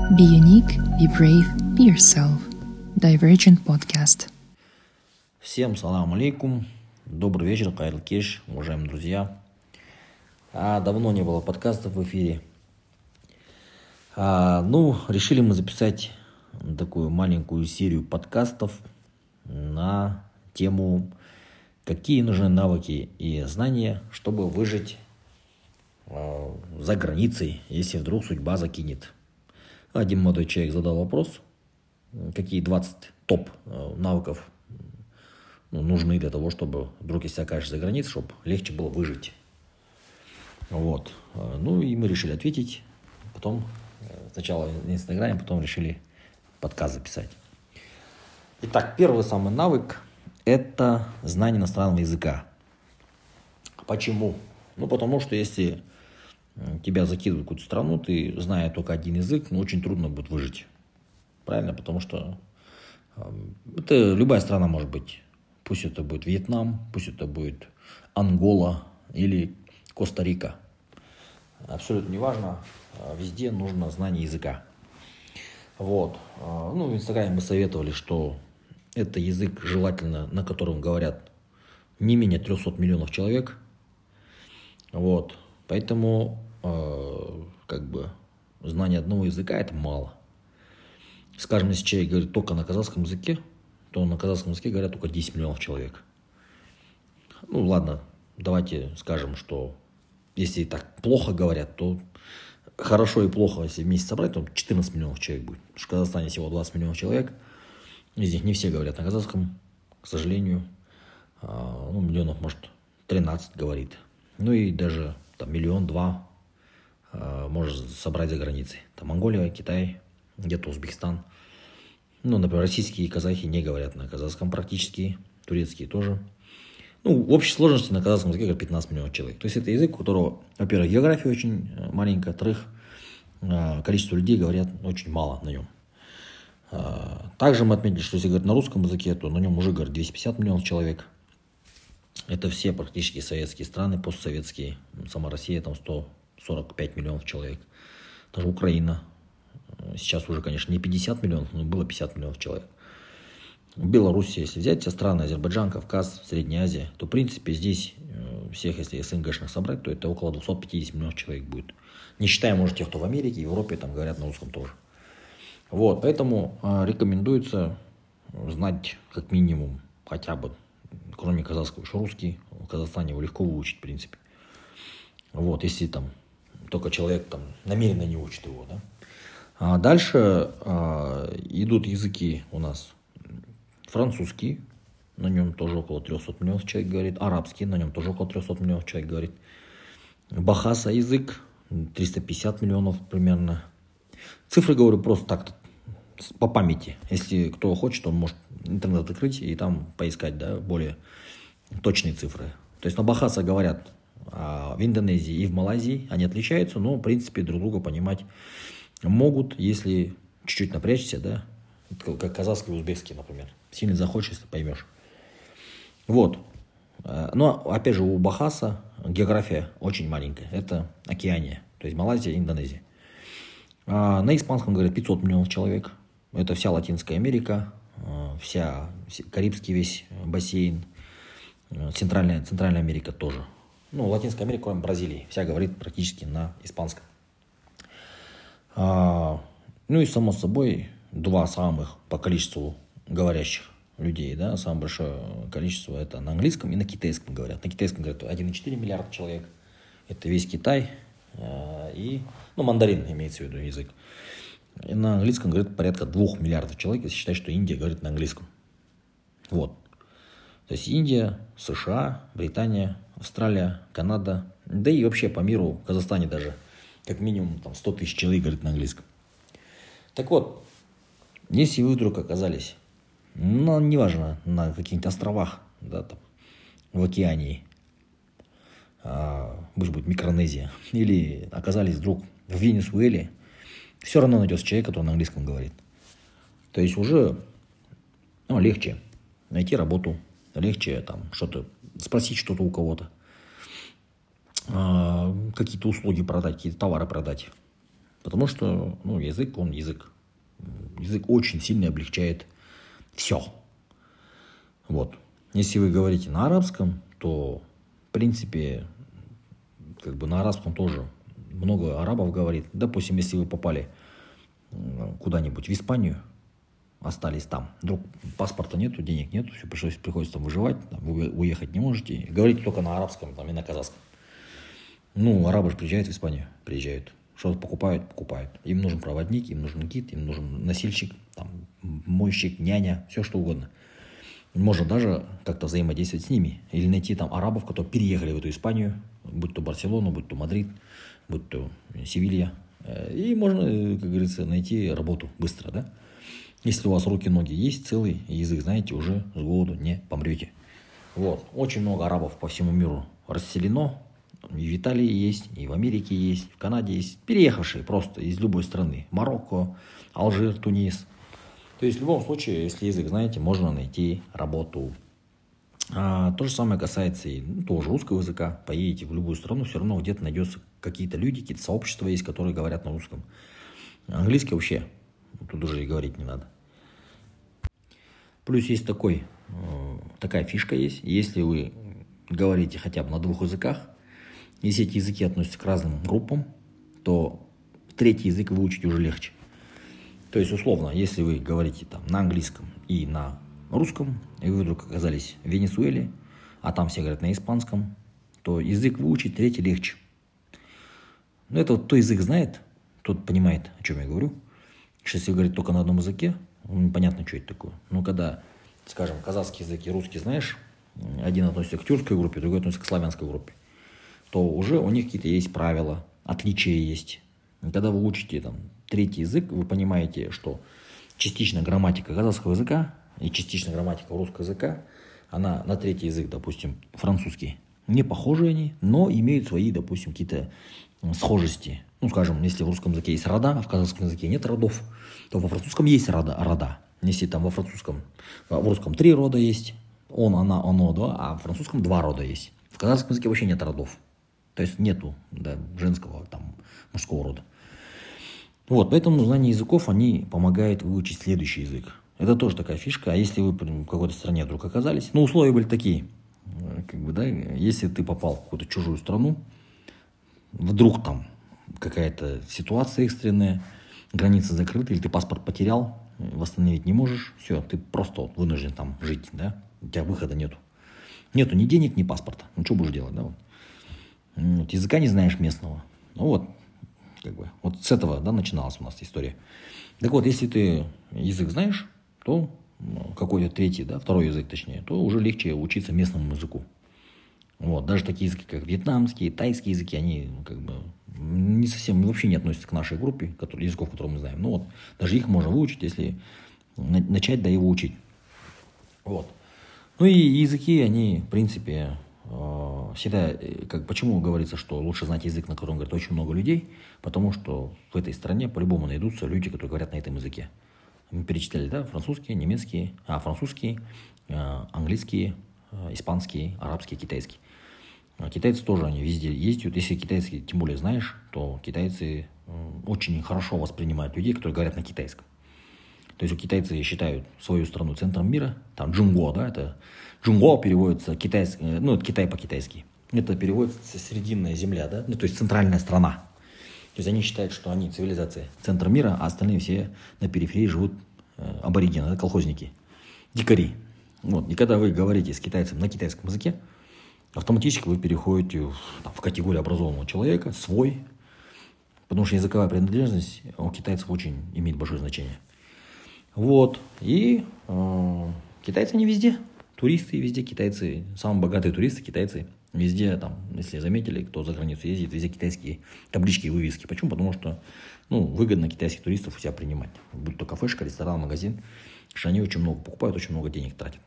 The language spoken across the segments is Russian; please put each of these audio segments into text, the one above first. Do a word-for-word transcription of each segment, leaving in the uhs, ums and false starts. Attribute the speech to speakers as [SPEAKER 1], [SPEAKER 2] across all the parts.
[SPEAKER 1] Be unique, be brave, be yourself. Divergent Podcast.
[SPEAKER 2] Всем салам алейкум. Добрый вечер, хайрлы кеш, уважаемые друзья. А, давно не было подкастов в эфире. А, ну, решили мы записать такую маленькую серию подкастов на тему, какие нужны навыки и знания, чтобы выжить а, за границей, если вдруг судьба закинет. Один молодой человек задал вопрос, какие двадцать топ навыков ну, нужны для того, чтобы вдруг, если окажешься за границей, чтобы легче было выжить. Вот. Ну и мы решили ответить. Потом, сначала на Инстаграме, потом решили подкаст записать. Итак, первый самый навык – это знание иностранного языка. Почему? Ну, потому что если тебя закидывают в какую-то страну, ты, зная только один язык, ну, очень трудно будет выжить. Правильно? Потому что э, это любая страна может быть. Пусть это будет Вьетнам, пусть это будет Ангола или Коста-Рика. Абсолютно неважно. Везде нужно знание языка. Вот. Ну, в Инстаграме мы советовали, что это язык желательно, на котором говорят не менее триста миллионов человек. Вот. Поэтому э, как бы знание одного языка это мало. Скажем, если человек говорит только на казахском языке, то на казахском языке говорят только десять миллионов человек. Ну ладно, давайте скажем, что если так плохо говорят, то хорошо и плохо, если вместе собрать, то четырнадцать миллионов человек будет. Потому что в Казахстане всего двадцать миллионов человек, из них не все говорят на казахском, к сожалению. А, ну, миллионов, может, тринадцать говорит. Ну и даже там миллион-два а, может собрать за границей. Там Монголия, Китай, где-то Узбекистан. Ну, например, российские казахи не говорят на казахском практически, турецкие тоже. Ну, в общей сложности на казахском языке говорят пятнадцать миллионов человек. То есть это язык, у которого, во-первых, география очень маленькая, во-вторых, количество людей говорят очень мало на нем. Также мы отметили, что если говорить на русском языке, то на нем уже говорят двести пятьдесят миллионов человек. Это все практически советские страны, постсоветские. Сама Россия, там сто сорок пять миллионов человек. Даже Украина. Сейчас уже, конечно, не пятьдесят миллионов, но было пятьдесят миллионов человек. Белоруссия, если взять все страны, Азербайджан, Кавказ, Средняя Азия, то, в принципе, здесь всех, если СНГшных собрать, то это около двести пятьдесят миллионов человек будет. Не считая, может, тех, кто в Америке, Европе, там говорят на русском тоже. Вот, поэтому э, рекомендуется знать как минимум хотя бы, кроме казахского, еще русский. В Казахстане его легко выучить, в принципе. Вот, если там только человек там намеренно не учит его, да. А дальше а, идут языки у нас. Французский, на нем тоже около триста миллионов человек говорит. Арабский, на нем тоже около триста миллионов человек говорит. Бахаса язык, триста пятьдесят миллионов примерно. Цифры говорю просто так, по памяти. Если кто хочет, он может интернет открыть и там поискать, да, более точные цифры. То есть на бахаса говорят а в Индонезии и в Малайзии, они отличаются, но в принципе друг друга понимать могут, если чуть-чуть напрячься, да, как казахский и узбекский, например. Сильно захочешь, если поймешь. Вот. Но, опять же, у бахаса география очень маленькая. Это Океания, то есть Малайзия, Индонезия. А на испанском говорят пятьсот миллионов человек. Это вся Латинская Америка, вся Карибский весь бассейн, Центральная, Центральная Америка тоже. Ну, Латинская Америка, кроме Бразилии, вся говорит практически на испанском. А, ну и, само собой, два самых по количеству говорящих людей, да, самое большое количество это на английском и на китайском говорят. На китайском говорят один целых четыре десятых миллиарда человек. Это весь Китай а, и, ну, мандарин имеется в виду язык. И на английском говорят порядка двух миллиардов человек, если считать, что Индия говорит на английском. Вот. То есть Индия, США, Британия, Австралия, Канада, да и вообще по миру, в Казахстане даже, как минимум там, сто тысяч человек говорит на английском. Так вот, если вы вдруг оказались, ну, неважно, на каких-то островах, да, там, в Океании, а, может быть, Микронезия, или оказались вдруг в Венесуэле, все равно найдется человек, который на английском говорит. То есть уже ну, легче найти работу, легче там что-то спросить что-то у кого-то. какие-то услуги продать, какие-то товары продать. Потому что ну, язык, он язык. Язык очень сильно облегчает все. Вот. Если вы говорите на арабском, то, в принципе, как бы на арабском тоже много арабов говорит. Допустим, если вы попали куда-нибудь в Испанию, остались там, вдруг паспорта нету, денег нету, все пришлось, приходится там выживать, там, вы уехать не можете, говорите только на арабском там, и на казахском. Ну, арабы же приезжают в Испанию, приезжают, что-то покупают, покупают. Им нужен проводник, им нужен гид, им нужен носильщик, там, мойщик, няня, все что угодно. Можно даже как-то взаимодействовать с ними или найти там арабов, которые переехали в эту Испанию, будь то Барселону, будь то Мадрид, будь то Севилья. И можно, как говорится, найти работу быстро, да? Если у вас руки-ноги есть, целый язык, знаете, уже с голоду не помрете. Вот. Очень много арабов по всему миру расселено. И в Италии есть, и в Америке есть, в Канаде есть. Переехавшие просто из любой страны. Марокко, Алжир, Тунис. То есть в любом случае, если язык знаете, можно найти работу. А то же самое касается и ну, тоже русского языка. Поедете в любую страну, все равно где-то найдется какие-то люди, какие-то сообщества есть, которые говорят на русском. Английский вообще, тут уже и говорить не надо. Плюс есть такой, такая фишка есть. Если вы говорите хотя бы на двух языках, если эти языки относятся к разным группам, то третий язык выучить уже легче. То есть, условно, если вы говорите там, на английском и на русском, и вы вдруг оказались в Венесуэле, а там все говорят на испанском, то язык выучить третий легче. Но это вот кто язык знает, тот понимает, о чем я говорю. Что если вы говорите только на одном языке, ну, непонятно, что это такое. Но когда, скажем, казахский язык и русский знаешь, один относится к тюркской группе, другой относится к славянской группе, то уже у них какие-то есть правила, отличия есть. И когда вы учите там, третий язык, вы понимаете, что частично грамматика казахского языка и частично грамматика русского языка, она на третий язык, допустим, французский, не похожи они, но имеют свои, допустим, какие-то схожести. Ну, скажем, если в русском языке есть рода, а в казахском языке нет родов, то во французском есть рода. рода. Если там во французском, в русском три рода есть, он, она, оно, да, а в французском два рода есть. В казахском языке вообще нет родов. То есть нету да, женского, там, мужского рода. Вот, поэтому знание языков, они помогают выучить следующий язык. Это тоже такая фишка. А если вы в какой-то стране вдруг оказались, ну, условия были такие, как бы, да, если ты попал в какую-то чужую страну, вдруг там какая-то ситуация экстренная, границы закрыты, или ты паспорт потерял, восстановить не можешь, все, ты просто вот вынужден там жить, да, у тебя выхода нету. Нету ни денег, ни паспорта. Ну, что будешь делать, да, вот. Вот, языка не знаешь местного. Ну, вот, как бы, вот с этого, да, начиналась у нас история. Так вот, если ты язык знаешь, то ну, какой-то третий, да, второй язык точнее, то уже легче учиться местному языку. Вот, даже такие языки, как вьетнамские, тайские языки, они ну, как бы не совсем, вообще не относятся к нашей группе которые, языков, которые мы знаем. Ну вот, даже их можно выучить, если начать, да, его учить. Вот. Ну и языки, они, в принципе, всегда, как, почему говорится, что лучше знать язык, на котором говорит очень много людей, потому что в этой стране по-любому найдутся люди, которые говорят на этом языке. Мы перечисляли, да, французские, немецкие, а, французские, английские, испанский, арабский, китайский. Китайцы тоже, они везде ездят. Если китайский, тем более знаешь, то китайцы очень хорошо воспринимают людей, которые говорят на китайском. То есть у китайцы считают свою страну центром мира. Там Джунго, да, это Джунго переводится китайский, ну, это Китай по-китайски. Это переводится срединная земля, да, ну, то есть центральная страна. То есть они считают, что они цивилизация, центр мира, а остальные все на периферии живут э, аборигены, да, колхозники, дикари. Вот. И когда вы говорите с китайцем на китайском языке, автоматически вы переходите в, там, в категорию образованного человека, свой, потому что языковая принадлежность у китайцев очень имеет большое значение. Вот. И э, китайцы не везде. Туристы везде китайцы. Самые богатые туристы китайцы. Везде, там, если заметили, кто за границу ездит, везде китайские таблички и вывески. Почему? Потому что ну, выгодно китайских туристов у себя принимать. Будь то кафешка, ресторан, магазин. Потому что они очень много покупают, очень много денег тратят.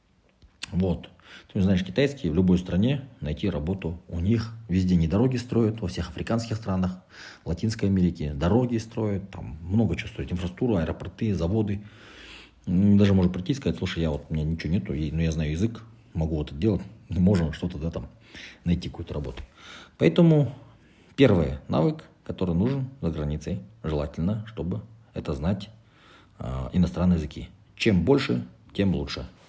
[SPEAKER 2] Вот. Ты знаешь, китайские в любой стране найти работу. У них везде не дороги строят, во всех африканских странах, в Латинской Америке дороги строят, там много чего строят, инфраструктуру, аэропорты, заводы. Даже можно прийти и сказать, слушай, я вот, у меня ничего нету, но я знаю язык, могу вот это делать, можно что-то, да, там, найти какую-то работу. Поэтому первый навык, который нужен за границей. Желательно, чтобы это знать э, иностранные языки. Чем больше, тем лучше.